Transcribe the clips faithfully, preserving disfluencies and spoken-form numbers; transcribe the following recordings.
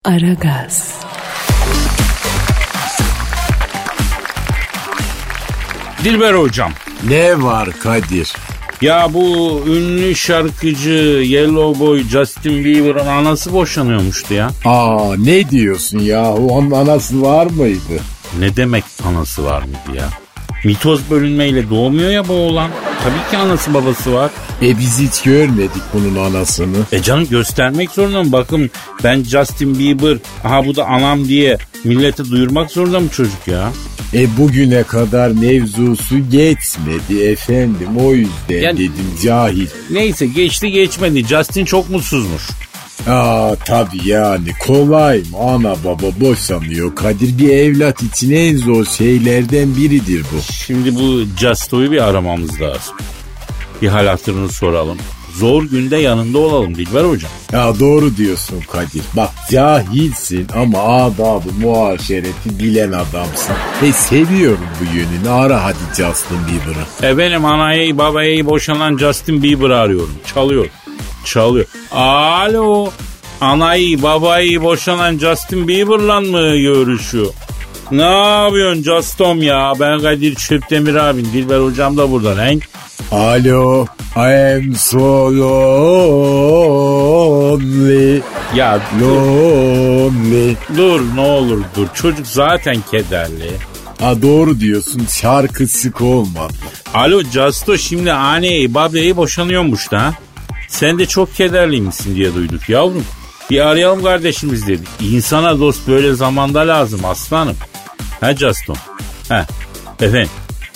Aragaz. Dilber hocam. Ne var Kadir? Ya bu ünlü şarkıcı Yellowboy Justin Bieber'ın anası boşanıyormuştu ya. Aa, ne diyorsun ya? Onun anası var mıydı? Ne demek anası var mıydı ya? Mitoz bölünmeyle doğmuyor ya bu oğlan. Tabii ki anası babası var. E biz hiç görmedik bunun anasını. E canım göstermek zorunda mı? Bakın ben Justin Bieber, aha bu da anam diye millete duyurmak zorunda mı çocuk ya? E bugüne kadar mevzusu geçmedi efendim, o yüzden yani, dedim cahil. Neyse geçti geçmedi, Justin çok mutsuzmuş. Aa tabii yani kolay mı, ana baba boşanıyor Kadir, bir evlat için en zor şeylerden biridir bu. Şimdi bu Justo'yu bir aramamız lazım. Bir hal hatırını soralım. Zor günde yanında olalım Dilber hocam. Ya doğru diyorsun Kadir. Bak cahilsin ama adabı muaşereti bilen adamsın. E seviyorum bu yönünü. Ara hadi Justin Bieber'ı. E benim anayı babayı boşanan Justin Bieber'ı arıyorum. Çalıyor. Çalıyor. Alo. Anayı babayı boşanan Justin Bieber'la mı görüşüyor? Ne yapıyorsun Justom ya? Ben Kadir Çöptemir abin. Dilber hocam da burada lan. Alo, I am so lonely. Ya lonely. Dur ne olur dur. Çocuk zaten kederli. Ha doğru diyorsun, şarkı sık olmadı. Alo Justo, şimdi anneyi babayı boşanıyormuş da. Sen de çok kederliymişsin diye duyduk yavrum. Bir arayalım kardeşimiz dedik. İnsana dost böyle zamanda lazım aslanım. Ha Justo? Ha efendim.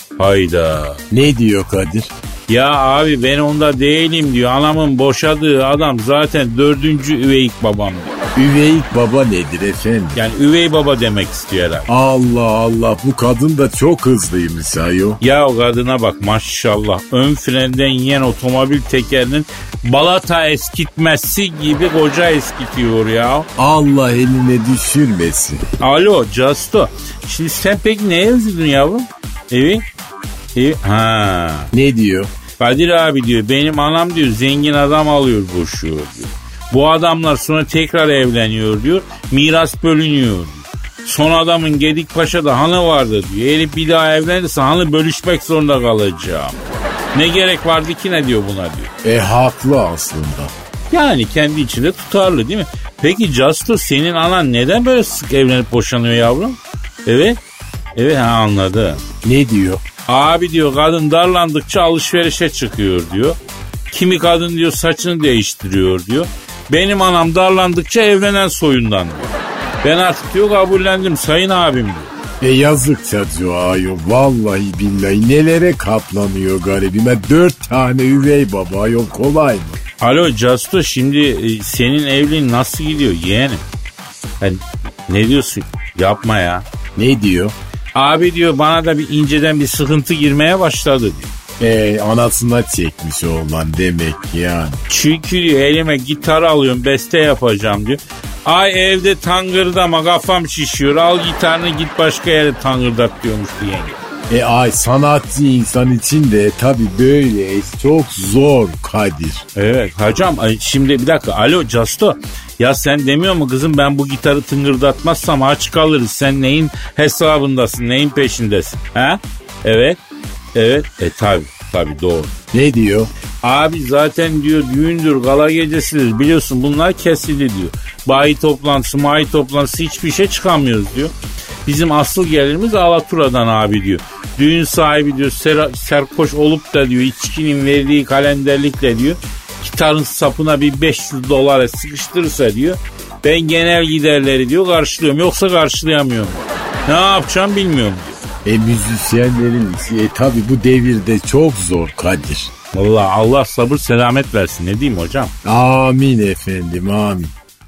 Hayda. Ne diyor Kadir? Ya abi ben onda değilim diyor. Anamın boşadığı adam zaten dördüncü üveyik babam diyor. Üveyik baba nedir efendim? Yani üvey baba demek istiyor herhalde. Allah Allah, bu kadın da çok hızlıymış ayol. Ya o kadına bak maşallah. Ön frenden yiyen otomobil tekerinin balata eskitmesi gibi koca eskitiyor ya. Allah eline düşürmesin. Alo Justo. Şimdi sen peki neye üzüldün yavrum? Evet. Evet. Ha. Ne diyor? Kadir abi diyor benim anam diyor zengin adam alıyor boşuyor diyor. Bu adamlar sonra tekrar evleniyor diyor. Miras bölünüyor diyor. Son adamın Gedikpaşa'da hanı vardı diyor. Elif bir daha evlenirse hanı bölüşmek zorunda kalacağım. Ne gerek vardı ki ne diyor buna diyor. E haklı aslında. Yani kendi içinde tutarlı değil mi? Peki Justo senin anan neden böyle sık evlenip boşanıyor yavrum? Evet. Evet ha anladım. Ne diyor? Abi diyor kadın darlandıkça alışverişe çıkıyor diyor. Kimi kadın diyor saçını değiştiriyor diyor. Benim anam darlandıkça evlenen soyundan diyor. Ben artık diyor kabullendim sayın abim diyor. E yazık çocuğa ayol. Vallahi billahi nelere katlanıyor garibime. Dört tane üvey baba ayol, kolay mı? Alo Justo, şimdi e, senin evliliğin nasıl gidiyor yeğenim? Yani, ne diyorsun? Yapma ya. Ne diyor? Abi diyor bana da bir inceden bir sıkıntı girmeye başladı diyor. Eee anasına çekmiş olman demek yani. Çünkü diyor elime gitar alıyorum beste yapacağım diyor. Ay evde tangırdama kafam şişiyor, al gitarını git başka yere tangırdat diyormuş diye. E ay sanatçı insan için de tabii böyle çok zor Kadir. Evet hocam şimdi bir dakika, alo Justo. Ya sen demiyor mu kızım ben bu gitarı tıngırdatmazsam aç kalırız. Sen neyin hesabındasın, neyin peşindesin? Ha? Evet. Evet. E tabi tabi doğru. Ne diyor? Abi zaten diyor düğündür, gala gecesidir biliyorsun bunlar kesildi diyor. Bayi toplantısı, mayi toplantısı hiçbir şey çıkamıyoruz diyor. Bizim asıl gelirimiz Alatura'dan abi diyor. Düğün sahibi diyor ser- serkoş olup da diyor içkinin verdiği kalenderlikle diyor gitarın sapına bir beş yüz dolara sıkıştırırsa diyor ben genel giderleri diyor karşılıyorum, yoksa karşılayamıyorum. Ne yapacağım bilmiyorum diyor. E müzisyenlerin işi e tabi bu devirde çok zor Kadir. Vallahi Allah sabır selamet versin, ne diyeyim hocam. Amin efendim amin.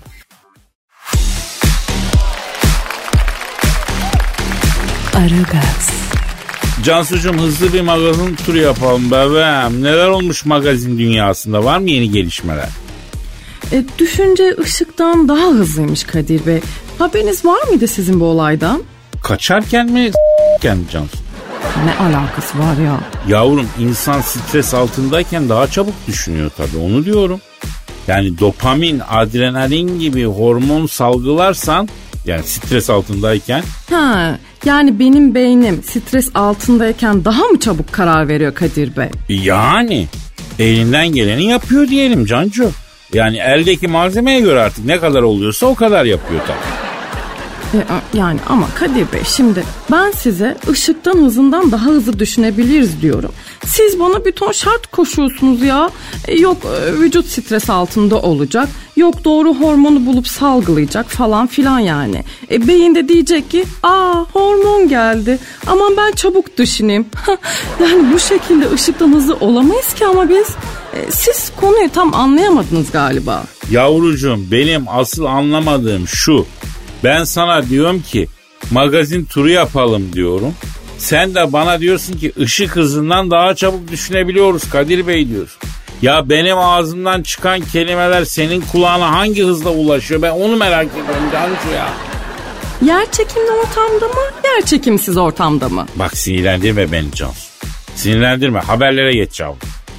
Aragaz. Cansucuğum hızlı bir magazin turu yapalım bebeğim. Neler olmuş magazin dünyasında, var mı yeni gelişmeler? E, düşünce ışıktan daha hızlıymış Kadir Bey. Haberiniz var mıydı sizin bu olaydan? Kaçarken mi s**ken mi Cansu? Ne alakası var ya? Yavrum insan stres altındayken daha çabuk düşünüyor tabii, onu diyorum. Yani dopamin, adrenalin gibi hormon salgılarsan, yani stres altındayken. Ha, yani benim beynim stres altındayken daha mı çabuk karar veriyor Kadir Bey? Yani elinden geleni yapıyor diyelim Cancu. Yani eldeki malzemeye göre artık ne kadar oluyorsa o kadar yapıyor tabii. Yani ama Kadir Bey, şimdi ben size ışıktan hızından daha hızlı düşünebiliriz diyorum. Siz bana bir ton şart koşuyorsunuz ya. Yok vücut stres altında olacak. Yok doğru hormonu bulup salgılayacak falan filan yani. E, beyin de diyecek ki aa hormon geldi. Aman ben çabuk düşüneyim. Yani bu şekilde ışıktan hızlı olamayız ki ama biz. E, siz konuyu tam anlayamadınız galiba. Yavrucuğum, benim asıl anlamadığım şu. Ben sana diyorum ki magazin turu yapalım diyorum. Sen de bana diyorsun ki ışık hızından daha çabuk düşünebiliyoruz Kadir Bey diyorsun. Ya benim ağzımdan çıkan kelimeler senin kulağına hangi hızla ulaşıyor? Ben onu merak ediyorum Cancu ya. Yer çekimli ortamda mı? Yer çekimsiz ortamda mı? Bak sinirlendirme beni Cansu. Sinirlendirme, haberlere geç yavrum.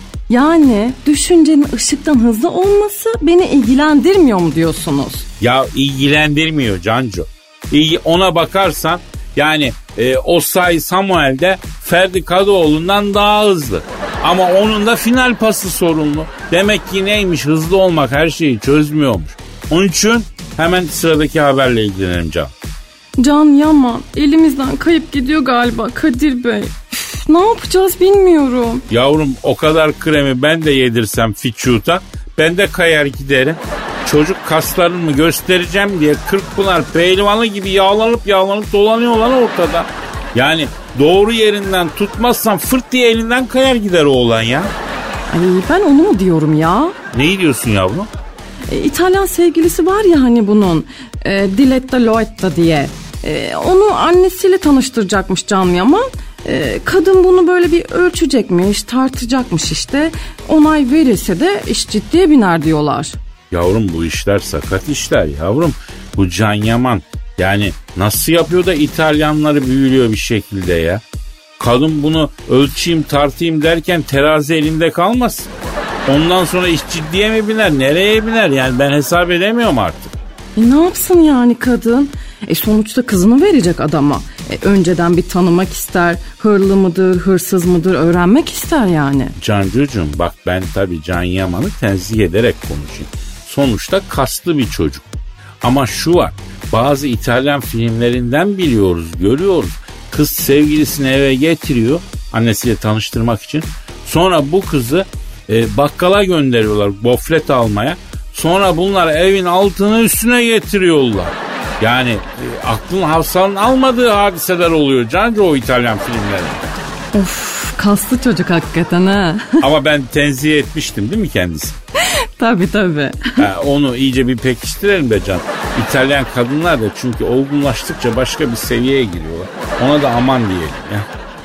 Yani düşüncenin ışıktan hızlı olması beni ilgilendirmiyor mu diyorsunuz? Ya ilgilendirmiyor Cancu. İlgi, ona bakarsan yani e, Osay Samuel de Ferdi Kadıoğlu'ndan daha hızlı. Ama onun da final pası sorunlu. Demek ki neymiş, hızlı olmak her şeyi çözmüyormuş. Onun için hemen sıradaki haberle ilgilenelim Can. Can Yaman elimizden kayıp gidiyor galiba Kadir Bey. Üf, ne yapacağız bilmiyorum. Yavrum o kadar kremi ben de yedirsem fiçuta ben de kayar giderim. Çocuk kaslarını göstereceğim diye Kırkpınar pehlivanı gibi yağlanıp yağlanıp dolanıyorlar ortada. Yani doğru yerinden tutmazsan fırt diye elinden kayar gider oğlan ya. Ay ben onu mu diyorum ya? Neyi diyorsun yavrum? E, İtalyan sevgilisi var ya hani bunun e, Diletta Loetta diye. E, onu annesiyle tanıştıracakmış Can Yaman. E, kadın bunu böyle bir ölçecekmiş, tartacakmış işte. Onay verirse de iş ciddiye biner diyorlar. Yavrum bu işler sakat işler yavrum. Bu Can Yaman yani nasıl yapıyor da İtalyanları büyülüyor bir şekilde ya. Kadın bunu ölçeyim tartayım derken terazi elinde kalmasın. Ondan sonra iş ciddiye mi biner, nereye biner yani ben hesap edemiyorum artık. E ne yapsın yani kadın? E sonuçta kızını verecek adama. E önceden bir tanımak ister, hırlı mıdır, hırsız mıdır öğrenmek ister yani. Cancucuğum bak ben tabii Can Yaman'ı tenzih ederek konuşayım. Sonuçta kaslı bir çocuk. Ama şu var, bazı İtalyan filmlerinden biliyoruz, görüyoruz. Kız sevgilisini eve getiriyor annesiyle tanıştırmak için. Sonra bu kızı e, bakkala gönderiyorlar gofret almaya. Sonra bunlar evin altını üstüne getiriyorlar. Yani e, aklın hafsalın almadığı hadiseler oluyor Cancu o İtalyan filmlerinde. Of kaslı çocuk hakikaten ha. Ama ben tenzih etmiştim değil mi kendisi? Tabii tabii. Ha, onu iyice bir pekiştirelim de Can. İtalyan kadınlar da çünkü olgunlaştıkça başka bir seviyeye giriyorlar. Ona da aman diyelim ya.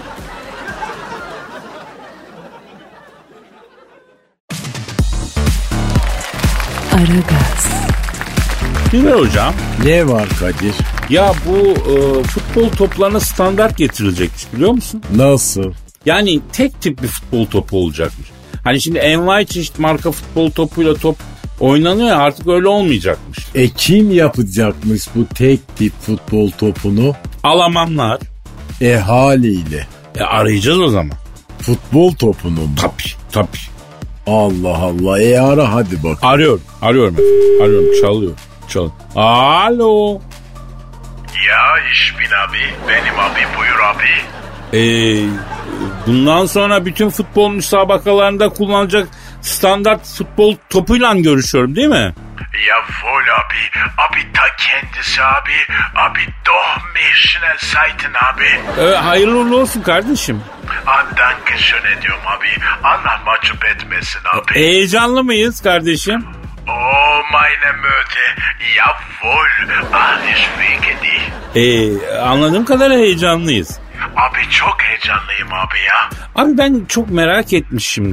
Aragaz. Bilmiyor hocam. Ne var Kadir? Ya bu e, futbol toplarına standart getirilecekmiş biliyor musun? Nasıl? Yani tek tip bir futbol topu olacakmış. Hani şimdi envai çeşit marka futbol topuyla top oynanıyor ya artık öyle olmayacakmış. E kim yapacakmış bu tek tip futbol topunu? Almanlar. E haliyle. E arayacağız o zaman. Futbol topunu mu? Tabii tabii. Allah Allah. E ara hadi bak. Arıyorum. Arıyorum. Arıyorum. Çalıyor. Çalıyor. Alo. Ya ich bin abi. Benim abi buyur abi. Ee, bundan sonra bütün futbol müsabakalarında kullanılacak standart futbol topuyla görüşüyorum değil mi? Jawohl abi. Abi ta kendisi abi. Abi doch mich schnell Seiten abi. Ee, hayırlı uğurlu olsun kardeşim. Ah, danke schön ediyorum abi. Allah mahcup etmesin abi. Heyecanlı mıyız kardeşim? Oh meine Möte. Jawohl. Ah ich winke dich. Ee, anladığım kadar heyecanlıyız. Abi çok heyecanlıyım abi ya. Abi ben çok merak etmişimdir.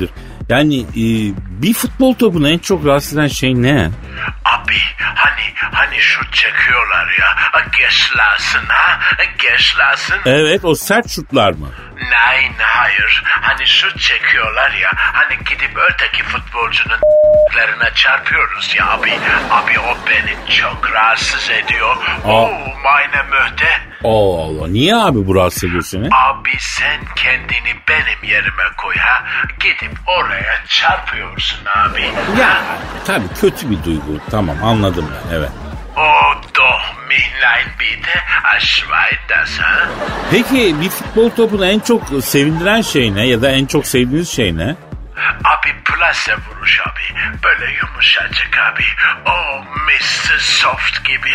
Yani e, bir futbol topunu en çok rahatsız eden şey ne? Abi hani hani şut çekiyorlar ya. Geçlersin ha. Geçlersin. Evet, o sert şutlar mı? Nein, hayır. Hani şut çekiyorlar ya. Hani gidip öteki futbolcunun lerine çarpıyoruz ya abi. Abi o beni çok rahatsız ediyor. Oh, meine Möte. Allah Allah. Niye abi bu rahatsız ediyor seni? Abi sen kendini benim yerime koy ha. Gidip oraya çarpıyorsun abi. Ya tabii kötü bir duygu. Tamam, anladım ben, evet. Oh doch mich nein bitte. Aşvay das ha. Peki bir futbol topunu en çok sevindiren şey ne? Ya da en çok sevdiğiniz şey ne? Abi plase vuruş abi. Böyle yumuşacık abi. Oh mister Soft gibi.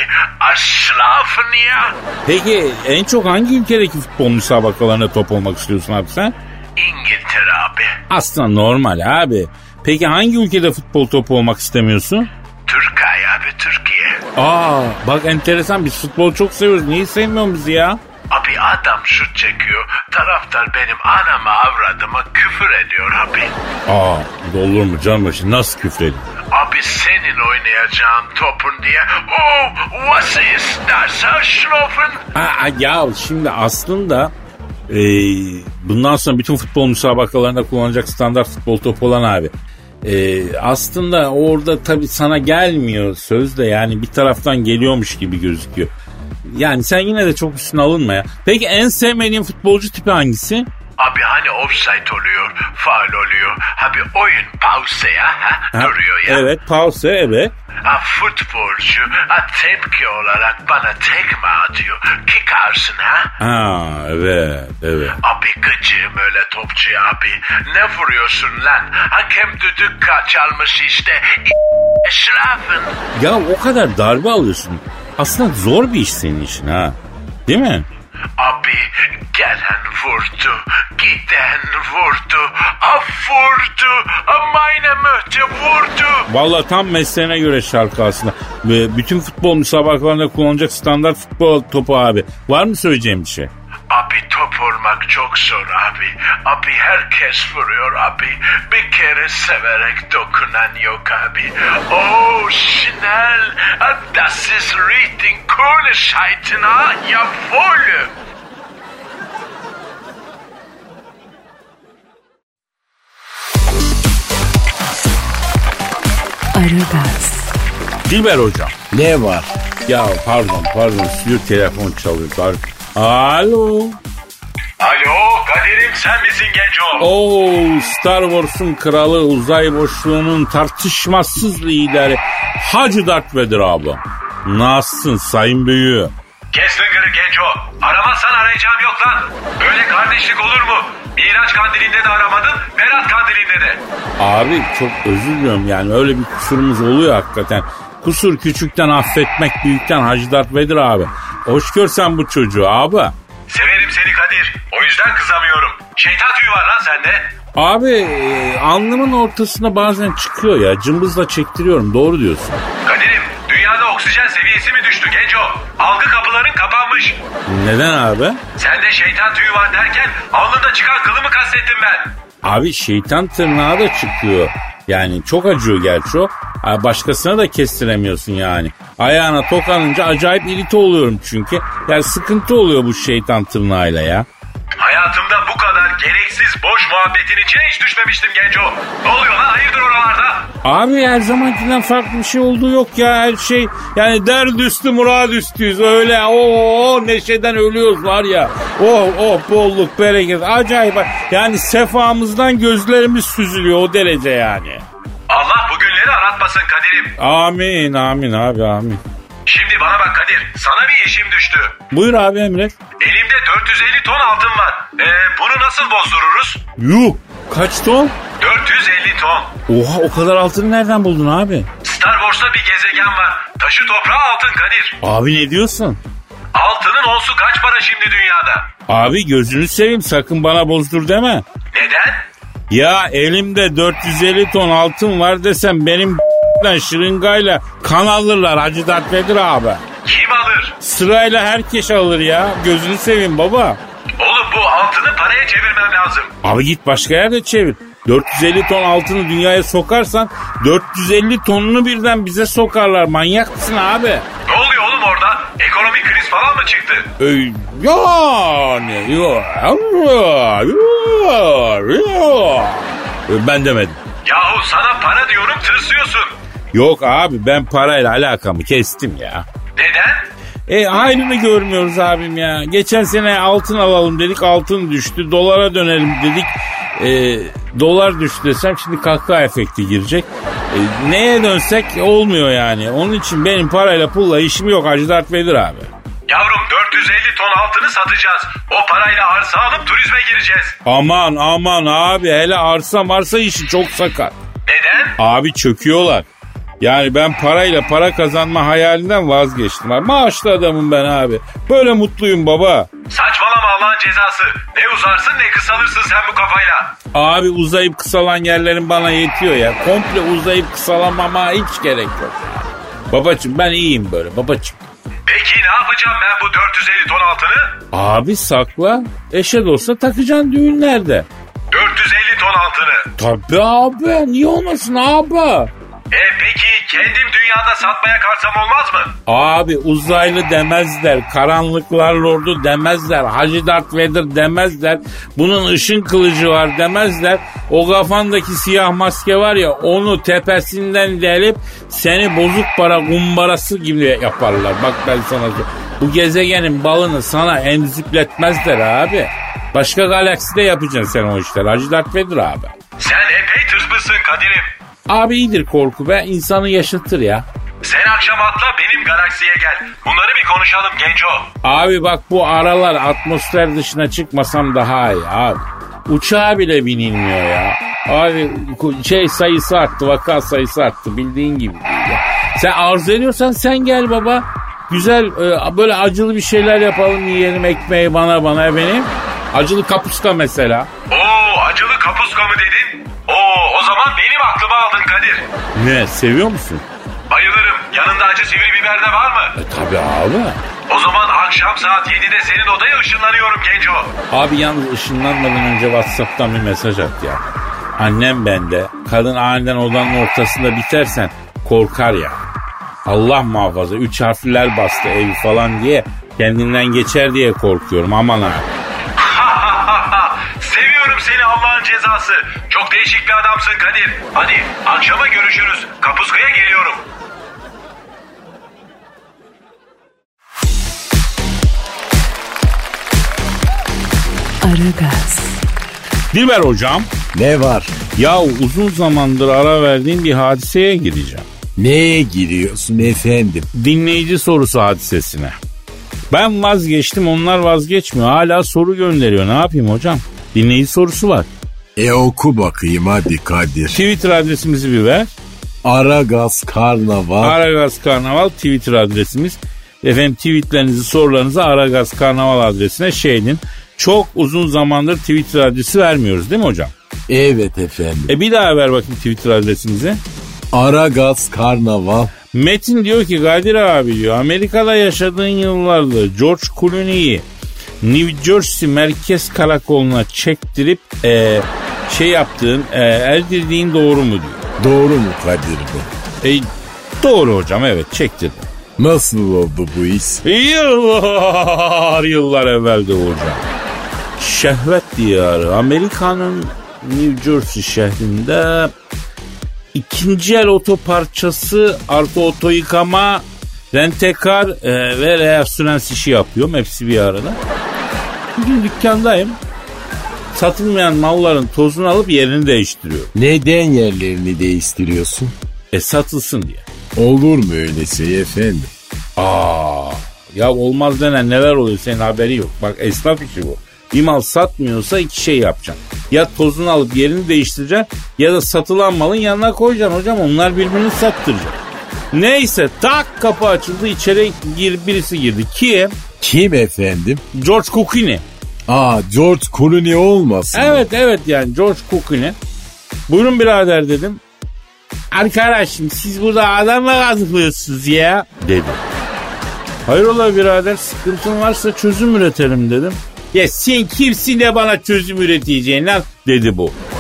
Aşrafın ya. Peki en çok hangi ülkedeki futbol müsabakalarına top olmak istiyorsun abi sen? İngiltere abi. Aslında normal abi. Peki hangi ülkede futbol topu olmak istemiyorsun? Türkiye abi, Türkiye. Aa bak enteresan, biz futbolu çok seviyoruz. Niye sevmiyorsun bizi ya? Abi adam şut çekiyor. Taraftar benim anama avradıma küfür ediyor abi. Aa olur mu canım, şimdi nasıl küfür ediyor? Abi senin oynayacağın topun diye. Oh was ist das Schlafen? Aa, ya şimdi aslında e, bundan sonra bütün futbol müsabakalarında kullanacak standart futbol topu olan abi. E, aslında orada tabii sana gelmiyor söz de, yani bir taraftan geliyormuş gibi gözüküyor. Yani sen yine de çok üstüne alınma ya. Peki en sevmediğin futbolcu tipi hangisi? Abi hani offside oluyor, faul oluyor. Abi oyun pause ya, ha, Ha, duruyor ya. Evet, pause, evet. Ha, futbolcu ha, tepki olarak bana tekme atıyor. Kikarsın ha. Ha evet, evet. Abi gıcığım öyle topçuya abi. Ne vuruyorsun lan? Hakem düdük çalmış işte. Eşrafın. Ya o kadar darbe alıyorsun. Aslında zor bir iş senin işin ha. Değil mi? Abi gelen vurdu, giden vurdu, a vurdu, a meine Möte vurdu. Vallahi tam mesleğine göre şarkı aslında. Ve bütün futbol müsabakalarında kullanacak standart futbol topu abi. Var mı söyleyeceğim bir şey? Abi top olmak çok zor abi. Abi herkes vuruyor abi. Bir kere severek dokunan yok abi. Oh schnell. Das ist richtig coole Scheiten ha. Jawohl. Aragaz. Dilber hocam. Ne var? Ya pardon pardon stüdyo telefon çalıyor. Alo. Alo Kadir'im, sen misin genco? Oo, Star Wars'un kralı, uzay boşluğunun tartışmasız lideri Hacı Darth Vader abi. Nasılsın sayın büyüğü? Kes lıngırı genco. Aramazsan arayacağım yok lan. Böyle kardeşlik olur mu? Miraç kandilinde de aramadın, Berat kandilinde de. Abi çok özür diliyorum, yani öyle bir kusurumuz oluyor hakikaten. Kusur küçükten affetmek büyükten Hacı Darth Vader abi. Hoş görsen bu çocuğu abi. Severim seni Kadir. O yüzden kızamıyorum. Şeytan tüyü var lan sende. Abi e, alnımın ortasına bazen çıkıyor ya, cımbızla çektiriyorum, doğru diyorsun. Kadir'im, dünyada oksijen seviyesi mi düştü genco? Algı kapıların kapanmış. Neden abi? Sende şeytan tüyü var derken alnında çıkan kılı mı kastettim ben? Abi şeytan tırnağı da çıkıyor. Yani çok acıyor gerçi o. Başkasına da kestiremiyorsun yani. Ayağına tokanınca acayip irite oluyorum çünkü. Yani sıkıntı oluyor bu şeytan tırnağıyla ya. Hayatımda bu kadar gereksiz boş muhabbetin içine hiç düşmemiştim genco. Ne oluyor lan, hayırdır oralarda? Abi her zamankinden farklı bir şey olduğu yok ya, her şey. Yani derd üstü murad üstüyüz öyle. Oo neşeden ölüyoruz var ya. Oh oh bolluk bereket acayip. Yani sefamızdan gözlerimiz süzülüyor o derece yani. Allah bu günleri aratmasın Kadir'im. Amin amin abi amin. Şimdi bana bak Kadir, sana bir işim düştü. Buyur abi emret. Elimde dört yüz elli ton altın var. Ee, bunu nasıl bozdururuz? Yuh kaç ton? dört yüz elli ton. Oha, o kadar altını nereden buldun abi? Star Wars'ta bir gezegen var. Taşı toprağı altın Kadir. Abi ne diyorsun? Altının onsu kaç para şimdi dünyada? Abi gözünü seveyim, sakın bana bozdur deme. Neden? Ya elimde dört yüz elli ton altın var desem benim şırıngayla kan alırlar Hacı Darth Vader abi. Kim alır? Sırayla herkes alır ya. Gözünü seveyim baba. Oğlum bu altını paraya çevirmem lazım. Abi git başka yerde çevir. dört yüz elli ton altını dünyaya sokarsan dört yüz elli tonunu birden bize sokarlar. Manyak mısın abi? Ne oluyor oğlum orada? Ekonomik kriz falan mı çıktı? Ee, yani yok. Ben demedim. Yahu sana para diyorum, tırsıyorsun. Yok abi, ben parayla alakamı kestim ya. Neden? E hayrını görmüyoruz abim ya. Geçen sene altın alalım dedik, altın düştü. Dolara dönelim dedik. E, dolar düştü desem şimdi kahkaha efekti girecek. E, neye dönsek olmuyor yani. Onun için benim parayla pulla işim yok Hacı Dert Vedir abi. Yavrum dört yüz elli ton altını satacağız. O parayla arsa alıp turizme gireceğiz. Aman aman abi, hele arsa marsa işi çok sakat. Neden? Abi çöküyorlar. Yani ben parayla para kazanma hayalinden vazgeçtim. Maaşlı adamım ben abi. Böyle mutluyum baba. Saçmalama Allah'ın cezası. Ne uzarsın ne kısalırsın sen bu kafayla. Abi uzayıp kısalan yerlerin bana yetiyor ya. Komple uzayıp kısalamama hiç gerek yok. Babacım ben iyiyim böyle babacım. Peki ne yapacağım ben bu dört yüz elli ton altını? Abi sakla. Eşe dosta takacaksın düğünlerde. dört yüz elli ton altını. Tabii abi. Niye olmasın abi? E peki kendim dünyada satmaya kalksam olmaz mı? Abi uzaylı demezler, karanlıklar lordu demezler, Hacı Dert Vedir demezler, bunun ışın kılıcı var demezler. O kafandaki siyah maske var ya, onu tepesinden delip seni bozuk para kumbarası gibi yaparlar. Bak ben sana bu gezegenin balını sana emzükletmezler abi. Başka galakside yapacaksın sen o işler Hacı Dert Vedir abi. Sen epey tırsmışsın Kadir'im. Abi iyidir korku be, insanı yaşatır ya. Sen akşam atla benim galaksiye gel. Bunları bir konuşalım genco. Abi bak bu aralar atmosfer dışına çıkmasam daha iyi abi. Uçağa bile binilmiyor ya. Abi şey sayısı arttı, vaka sayısı arttı bildiğin gibi değil ya. Sen arzu ediyorsan sen gel baba. Güzel böyle acılı bir şeyler yapalım, yiyelim ekmeği bana bana efendim. Acılı kapuska mesela. Oo acılı kapuska mı dedin? Oo o zaman benim aklımı aldın Kadir. Ne, seviyor musun? Bayılırım. Yanında acı sivri biber de var mı? E tabi abi. O zaman akşam saat yedide senin odaya ışınlanıyorum genco. Abi yalnız ışınlanmadan önce WhatsApp'tan bir mesaj at ya. Annem bende. Kadın aniden odanın ortasında bitersen korkar ya. Allah muhafaza üç harfler bastı evi falan diye kendinden geçer diye korkuyorum, aman abi. Seviyorum seni Allah'ın cezası. Çok değişik bir adamsın Kadir. Hadi akşama görüşürüz. Kapuska'ya geliyorum. Aragaz. Dilber hocam. Ne var? Ya uzun zamandır ara verdiğim bir hadiseye gireceğim. Neye giriyorsun efendim? Dinleyici sorusu hadisesine. Ben vazgeçtim, onlar vazgeçmiyor. Hala soru gönderiyor. Ne yapayım hocam? Dinleyici sorusu var. E oku bakayım hadi Kadir. Twitter adresimizi bir ver. Aragaz Karnaval. Aragaz Karnaval Twitter adresimiz. Efendim tweetlerinizi, sorularınızı Aragaz Karnaval adresine şey edin. Çok uzun zamandır Twitter adresi vermiyoruz değil mi hocam? Evet efendim. E bir daha ver bakayım Twitter adresimizi. Aragaz Karnaval. Metin diyor ki Kadir abi diyor, Amerika'da yaşadığın yıllarda George Clooney'i New Jersey merkez karakoluna çektirip e, şey yaptığın, e, erdirdiğin doğru mu diyor. Doğru mu Kadir bu? E, doğru hocam, evet çektirdim. Nasıl oldu bu iş? Yıllar yıllar evvelde hocam. Şehvet diyarı Amerika'nın New Jersey şehrinde ikinci el otoparçası artı oto yıkama, rentekar e, ve reaksiyonels işi yapıyorum. Hepsi bir arada. Bugün dükkandayım. Satılmayan malların tozunu alıp yerini değiştiriyorum. Neden yerlerini değiştiriyorsun? E satılsın diye. Olur mu öyle şey efendim? Aa, ya olmaz denen neler oluyor, senin haberi yok. Bak esnaf işi bu. Bir mal satmıyorsa iki şey yapacaksın. Ya tozunu alıp yerini değiştireceksin ya da satılan malın yanına koyacaksın hocam. Onlar birbirini sattıracak. Neyse tak kapı açıldı, içeri gir, birisi girdi. Kim? Kim efendim? George Clooney. Aa George Clooney olmasın? Evet evet yani George Clooney. Buyurun birader dedim. Arkadaşım siz burada adam mı kazıklıyorsunuz ya dedi. Hayrola birader, sıkıntın varsa çözüm üretelim dedim. Ya sen kimsin de bana çözüm üreteceğin lan dedi bu.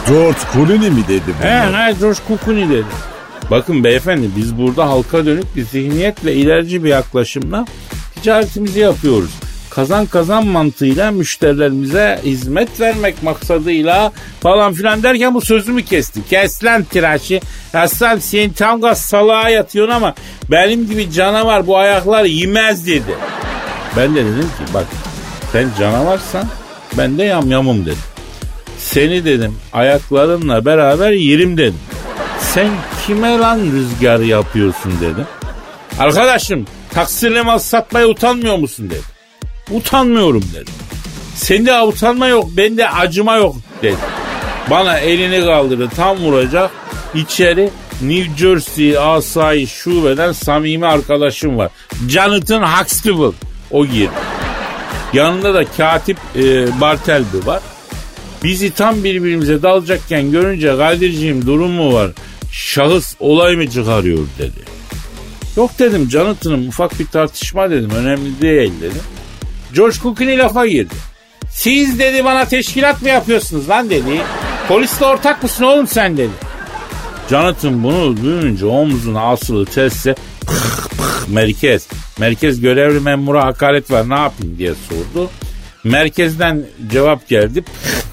George Clooney mi dedi bunu? He he George Clooney dedi. Bakın beyefendi biz burada halka dönük bir zihniyet ve ilerici bir yaklaşımla ticaretimizi yapıyoruz. Kazan kazan mantığıyla müşterilerimize hizmet vermek maksadıyla falan filan derken bu sözümü kesti. Kes lan tıraşı. Aslan sen tam gaz salağa yatıyorsun ama benim gibi canavar bu ayakları yemez dedi. Ben de dedim ki bak sen canavarsan ben de yamyamım dedim. Seni dedim ayaklarınla beraber yerim dedim. Sen kime lan rüzgar yapıyorsun dedim. Arkadaşım taksirli mal satmaya utanmıyor musun dedim. Utanmıyorum dedim. Sende utanma yok, bende acıma yok dedi. Bana elini kaldırdı, tam vuracak. İçeri New Jersey asayiş şubeden samimi arkadaşım var. Jonathan Huxtable. O girdi. Yanında da katip e, Bartelby var. Bizi tam birbirimize dalacakken görünce Kadir'ciğim durum mu var? Şahıs olay mı çıkarıyor dedi. Yok dedim Jonathan'ım ufak bir tartışma dedim. Önemli değil dedim. George Clooney lafa girdi. Siz dedi bana teşkilat mı yapıyorsunuz lan dedi. Polisle ortak mısın oğlum sen dedi. Jonathan bunu duyunca omzuna asılı telse pıh pıh merkez. Merkez görevli memura hakaret var ne yapayım diye sordu. Merkezden cevap geldi.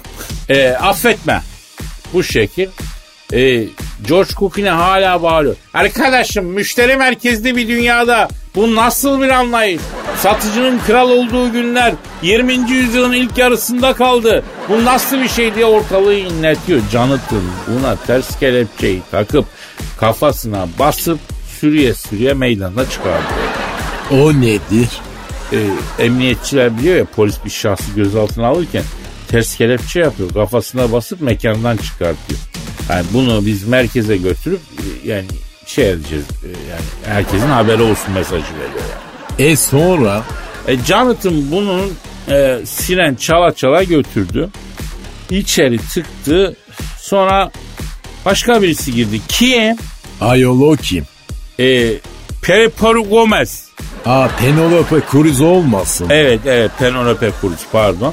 E, affetme. Bu şekil. E, George Clooney hala bağırıyor. Arkadaşım müşteri merkezli bir dünyada bu nasıl bir anlayış? Satıcının kral olduğu günler yirminci yüzyılın ilk yarısında kaldı. Bu nasıl bir şey diye ortalığı inletiyor. Jonathan buna ters kelepçeyi takıp kafasına basıp sürüye sürüye meydana çıkardı. O nedir? Ee, emniyetçiler biliyor ya polis bir şahsı gözaltına alırken ters kelepçe yapıyor. Kafasına basıp mekandan çıkartıyor. Yani bunu biz merkeze götürüp yani şey edeceğiz. Yani herkesin haberi olsun mesajı veriyor yani. E sonra? E Jonathan bunun e, siren çala çala götürdü. İçeri tıktı. Sonra başka birisi girdi. Kim? Ayol o kim? E, Periparu Gomez. Aa Penelope Cruz olmasın? Evet evet Penelope Cruz pardon.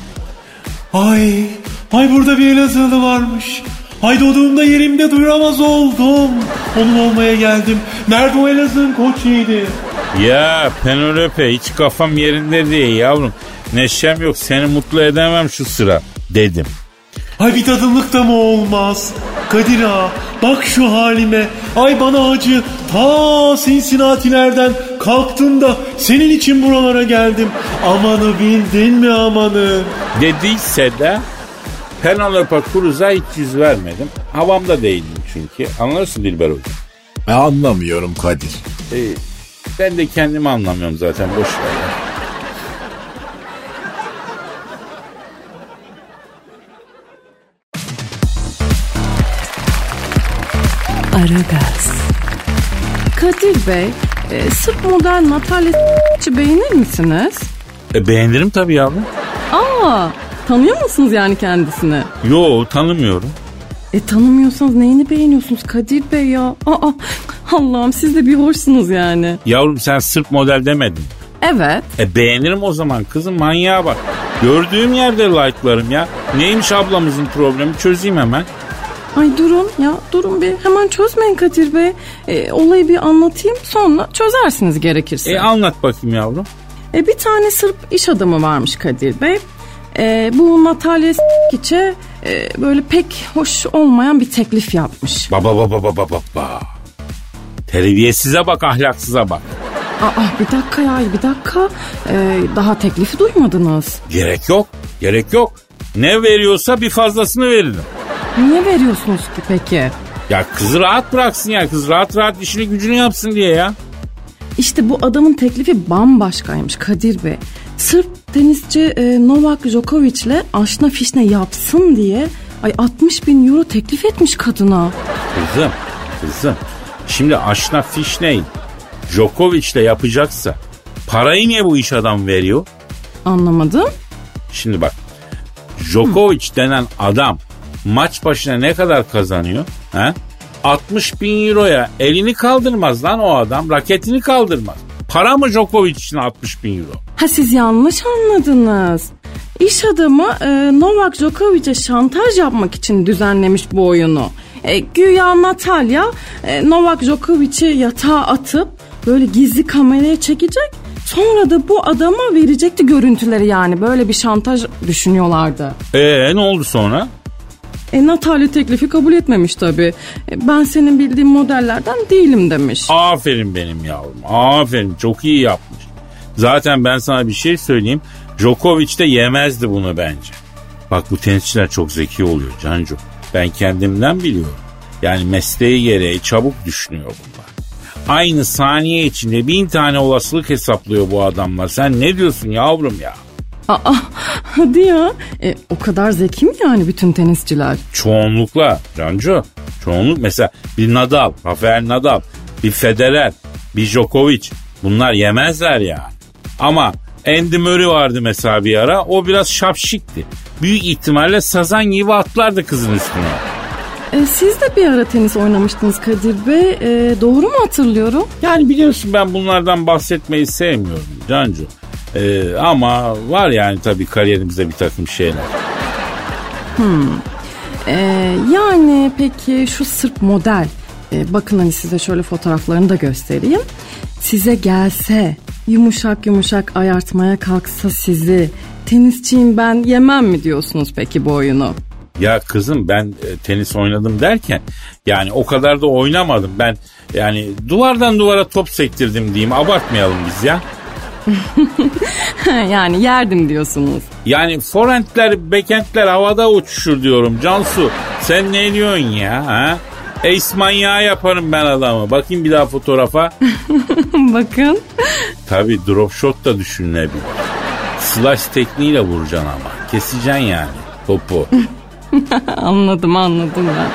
Ay, ay burada bir Elazığlı varmış. Ay doğduğumda yerimde duyuramaz oldum. Onun olmaya geldim. Nerede o Elazığ'ın koç yiğidi? Ya Penelope hiç kafam yerinde değil yavrum. Neşem yok seni mutlu edemem şu sıra dedim. Ay bir tadımlık da mı olmaz? Kadir ağa bak şu halime. Ay bana acı. Ta Cincinnati'lerden kalktım da senin için buralara geldim. Amanı bildin mi amanı? Dediyse de Penelope Cruz'a hiç yüz vermedim. Havamda değildim çünkü. Anlarsın Dilber Hocam. Ben anlamıyorum Kadir. Ee, ben de kendimi anlamıyorum zaten. Boş ver ya. Aragaz. Kadir Bey, e, Sırp model Natalya beğenir misiniz? E, beğenirim tabii yavrum. Aa, tanıyor musunuz yani kendisini? Yo tanımıyorum. E tanımıyorsanız neyini beğeniyorsunuz Kadir Bey ya? Aa, Allah'ım siz de bir hoşsunuz yani. Yavrum sen Sırp model demedin. Evet. E beğenirim o zaman kızım manyağa bak. Gördüğüm yerde like'larım ya. Neymiş ablamızın problemi çözeyim hemen. Ay durun ya durun bir hemen çözmeyin Kadir Bey. E, olayı bir anlatayım sonra çözersiniz gerekirse. E anlat bakayım yavrum. E, bir tane Sırp iş adamı varmış Kadir Bey. E, bu Natalya s***içe e, böyle pek hoş olmayan bir teklif yapmış. Baba baba baba baba. Terbiyesize bak ahlaksıza bak. Aa bir dakika ya bir dakika. E, daha teklifi duymadınız. Gerek yok gerek yok. Ne veriyorsa bir fazlasını veririm. Niye veriyorsunuz ki peki? Ya kızı rahat bıraksın ya. Kız rahat rahat işini gücünü yapsın diye ya. İşte bu adamın teklifi bambaşkaymış Kadir Bey. Sırp tenisçi e, Novak Djokovic'le aşna fişne yapsın diye ay altmış bin euro teklif etmiş kadına. Kızım, kızım. Şimdi aşna fişneyi Djokovic'le yapacaksa parayı niye bu iş adam veriyor? Anlamadım. Şimdi bak. Djokovic Hı. denen adam maç başına ne kadar kazanıyor? He? altmış bin euroya elini kaldırmaz lan o adam. Raketini kaldırmaz. Para mı Djokovic için altmış bin euro? Ha siz yanlış anladınız. İş adamı e, Novak Djokovic'e şantaj yapmak için düzenlemiş bu oyunu. E, güya Natalya e, Novak Djokovic'i yatağa atıp böyle gizli kameraya çekecek. Sonra da bu adama verecekti görüntüleri, yani böyle bir şantaj düşünüyorlardı. Eee ne oldu sonra? E, Natalya teklifi kabul etmemiş tabii. E, ben senin bildiğin modellerden değilim demiş. Aferin benim yavrum. Aferin, çok iyi yapmış. Zaten ben sana bir şey söyleyeyim. Djokovic de yemezdi bunu bence. Bak bu tenisçiler çok zeki oluyor Cancu. Ben kendimden biliyorum. Yani mesleği gereği çabuk düşünüyor bunlar. Aynı saniye içinde bin tane olasılık hesaplıyor bu adamlar. Sen ne diyorsun yavrum ya? Aa, hadi ya. E, o kadar zeki mi yani bütün tenisçiler? Çoğunlukla Cancu. Çoğunluk mesela bir Nadal, Rafael Nadal, bir Federer, bir Djokovic. Bunlar yemezler yani. Ama Andy Murray vardı mesela bir ara. O biraz şapşikti. Büyük ihtimalle sazan gibi atlardı kızın üstüne. E, siz de bir ara tenis oynamıştınız Kadir Bey. E, doğru mu hatırlıyorum? Yani biliyorsun ben bunlardan bahsetmeyi sevmiyorum Cancu. Ee, ama var yani tabii kariyerimizde bir takım şeyler. Hmm. Ee, yani peki şu Sırp model. Ee, bakın hani size şöyle fotoğraflarını da göstereyim. Size gelse, yumuşak yumuşak ayartmaya kalksa sizi, tenisçiyim ben, yemem mi diyorsunuz peki bu oyunu? Ya kızım ben e, tenis oynadım derken yani o kadar da oynamadım. Ben yani duvardan duvara top sektirdim diyeyim, abartmayalım biz ya. Yani yerdim diyorsunuz. Yani forentler, bekentler havada uçuşur diyorum Cansu. Sen ne diyorsun ya? Ha? Ace manyağı yaparım ben adamı. Bakayım bir daha fotoğrafa. Bakın. Tabii drop shot da düşünülebilir. Slash tekniğiyle vuracaksın ama. Keseceksin yani topu. Anladım anladım ben.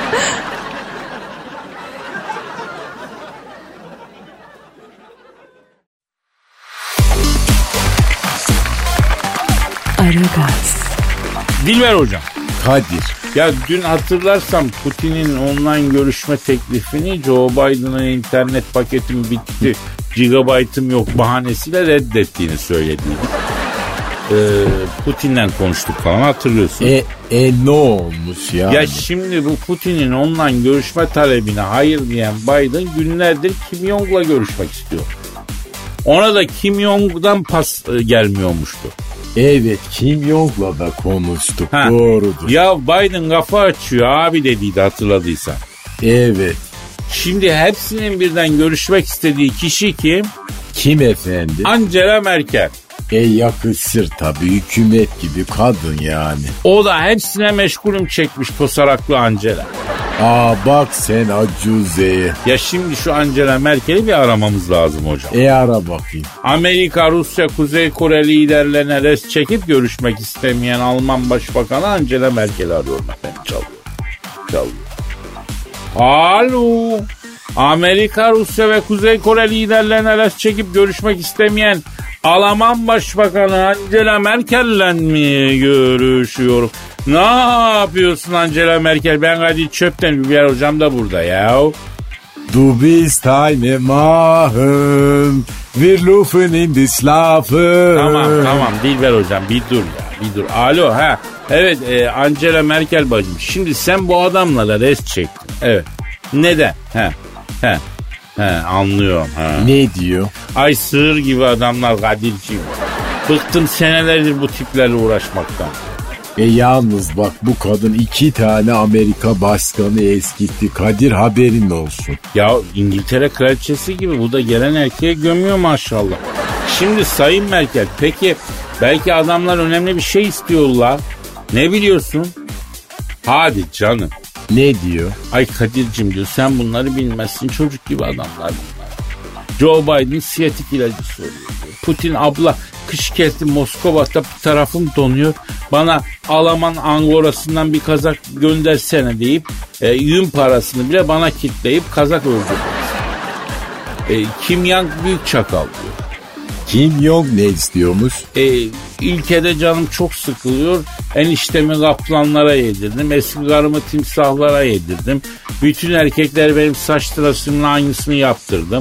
Aragaz. Dilber hocam. Kadir. Ya dün hatırlarsam Putin'in online görüşme teklifini Joe Biden'ın internet paketim bitti, gigabaytım yok bahanesiyle reddettiğini söylediğini. Ee, Putin'le konuştuk falan, hatırlıyorsun. E, e ne olmuş ya? Ya şimdi bu Putin'in online görüşme talebine hayır diyen Biden günlerdir Kim Jong'la görüşmek istiyor. Ona da Kim Jong'dan pas e, gelmiyormuştu. Evet, Kim Jong'la da konuştuk. Ha. Doğrudur. Ya Biden kafa açıyor abi dediydi, hatırladıysan. Evet. Şimdi hepsinin birden görüşmek istediği kişi kim? Kim efendim? Angela Merkel. E yakışır tabii, hükümet gibi kadın yani. O da hepsine meşgulüm çekmiş tosaraklı Angela. Aa bak sen acuzeyi. Ya şimdi şu Angela Merkel'i bir aramamız lazım hocam. E ara bakayım. Amerika, Rusya, Kuzey Kore liderlerine res çekip görüşmek istemeyen Alman Başbakanı Angela Merkel'i arıyorum efendim. Çalıyor. Çalıyor. Alo. Amerika, Rusya ve Kuzey Kore liderlerine res çekip görüşmek istemeyen Alman Başbakanı Angela Merkel'le mi görüşüyorum? Ne yapıyorsun Angela Merkel? Ben Kadir Çöpten, Dilber hocam da burada ya. Du bist eine Machen, wir rufen in die Schlafen. Tamam tamam Dilber hocam bir dur ya bir dur. Alo ha. Evet e, Angela Merkel bacım. Şimdi sen bu adamlara res çektin. Evet. Neden? Ha. Ha. He anlıyorum. He. Ne diyor? Ay sığır gibi adamlar Kadir'ciğim. Bıktım senelerdir bu tiplerle uğraşmaktan. E yalnız bak, bu kadın iki tane Amerika başkanı eskitti. Kadir, haberin olsun. Ya İngiltere kraliçesi gibi bu da gelen erkeğe gömüyor maşallah. Şimdi Sayın Merkel, peki belki adamlar önemli bir şey istiyorlar. Ne biliyorsun? Hadi canım. Ne diyor? Ay Kadir'cim diyor, sen bunları bilmezsin, çocuk gibi adamlar bunlar. Joe Biden siyatik ilacı soruyor diyor. Putin abla kış geldi Moskova'da bir tarafım donuyor. Bana Alman Angora'sından bir kazak göndersene deyip e, yün parasını bile bana kitleyip kazak öldürdü. E, Kim Jong büyük çakal diyor. Kim Jong ne istiyormuş? E, ülkede canım çok sıkılıyor. Eniştemi kaplanlara yedirdim. Eski karımı timsahlara yedirdim. Bütün erkekler benim saç tıraşımla aynısını yaptırdım.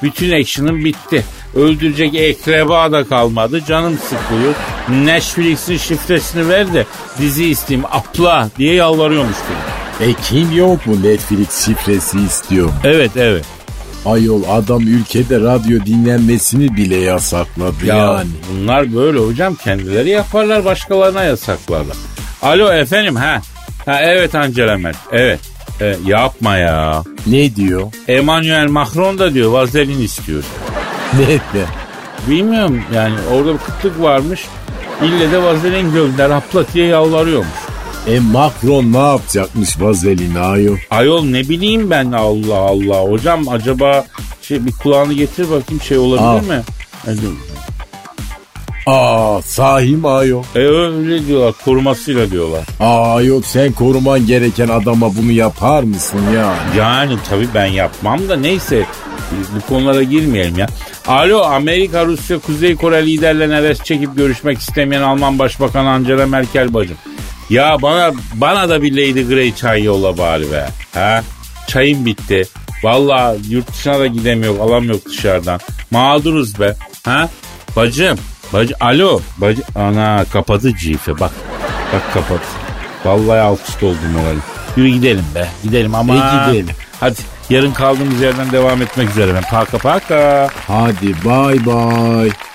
Bütün action'ım bitti. Öldürecek ekreba da kalmadı. Canım sıkılıyor. Netflix'in şifresini ver de dizi isteyeyim. Apla diye yalvarıyormuş beni. E kim yok mu Netflix şifresi istiyor? Evet evet. Ayol adam ülkede radyo dinlenmesini bile yasakladı Ya yani. bunlar böyle hocam, kendileri yaparlar, başkalarına yasaklarlar. Alo efendim ha. Ha evet Angela Merkel. Evet. E, yapma ya. Ne diyor? Emmanuel Macron da diyor vazelin istiyor. Ne ne? Bilmiyorum yani, orada bir kıtlık varmış. İlle de vazelin gönder apla diye yalvarıyormuş. E Macron ne yapacakmış vazelini ayol? Ayol ne bileyim ben, Allah Allah. Hocam acaba şey, bir kulağını getir bakayım, şey olabilir Aa. mi? Yani, Aa sahi mi ayol? e öyle diyorlar, korumasıyla diyorlar. Aa ayol sen koruman gereken adama bunu yapar mısın ya? Yani tabii ben yapmam da neyse, bu konulara girmeyelim ya. Alo, Amerika, Rusya, Kuzey Kore liderlerine res çekip görüşmek istemeyen Alman Başbakanı Angela Merkel bacım. Ya bana bana da bir Lady Grey çay yolla bari be. Ha? Çayım bitti. Vallahi yurt dışına da gidemiyor, alamıyor dışarıdan. Mağduruz be. Ha? Bacım. Bacı, alo. Bacı, ana kapadı cife bak. Bak kapat. Vallahi alt üst oldum moralim. Yürü gidelim be. Gidelim ama. E gidelim. Hadi yarın kaldığımız yerden devam etmek üzere. Ben paka paka. Hadi bay bay.